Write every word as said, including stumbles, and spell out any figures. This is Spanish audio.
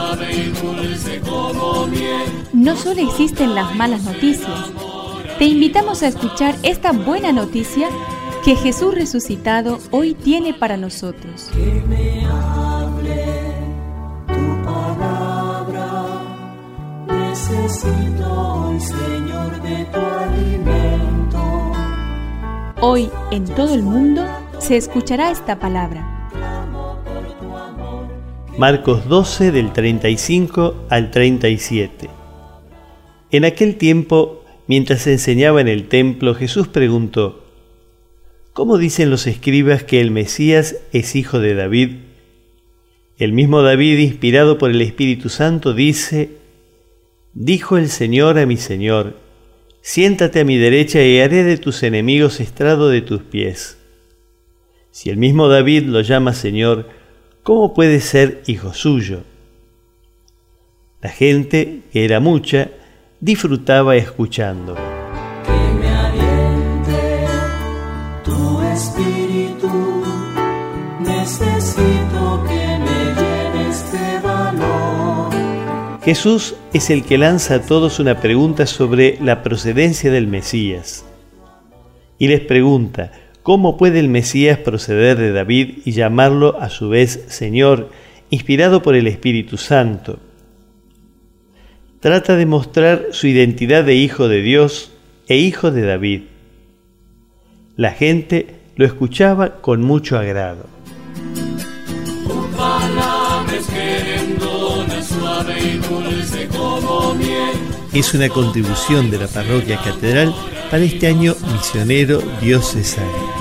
No solo existen las malas noticias. Te invitamos a escuchar esta buena noticia que Jesús resucitado hoy tiene para nosotros. Que me hable tu palabra, necesito hoy, Señor, de tu alimento. Hoy en todo el mundo se escuchará esta palabra. Marcos doce, del treinta y cinco al treinta y siete. En aquel tiempo, mientras enseñaba en el templo, Jesús preguntó: ¿Cómo dicen los escribas que el Mesías es hijo de David? El mismo David, inspirado por el Espíritu Santo, dice: Dijo el Señor a mi Señor: Siéntate a mi derecha y haré de tus enemigos estrado de tus pies. Si el mismo David lo llama Señor, ¿cómo puede ser hijo suyo? La gente, que era mucha, disfrutaba escuchando. Que me aliente tu espíritu, necesito que me llenes de valor. Jesús es el que lanza a todos una pregunta sobre la procedencia del Mesías. Y les pregunta: ¿cómo puede el Mesías proceder de David y llamarlo a su vez Señor, inspirado por el Espíritu Santo? Trata de mostrar su identidad de hijo de Dios e hijo de David. La gente lo escuchaba con mucho agrado. Tu palabra es querendona, suave y dulce como miel. Es una contribución de la Parroquia Catedral para este año misionero diocesano.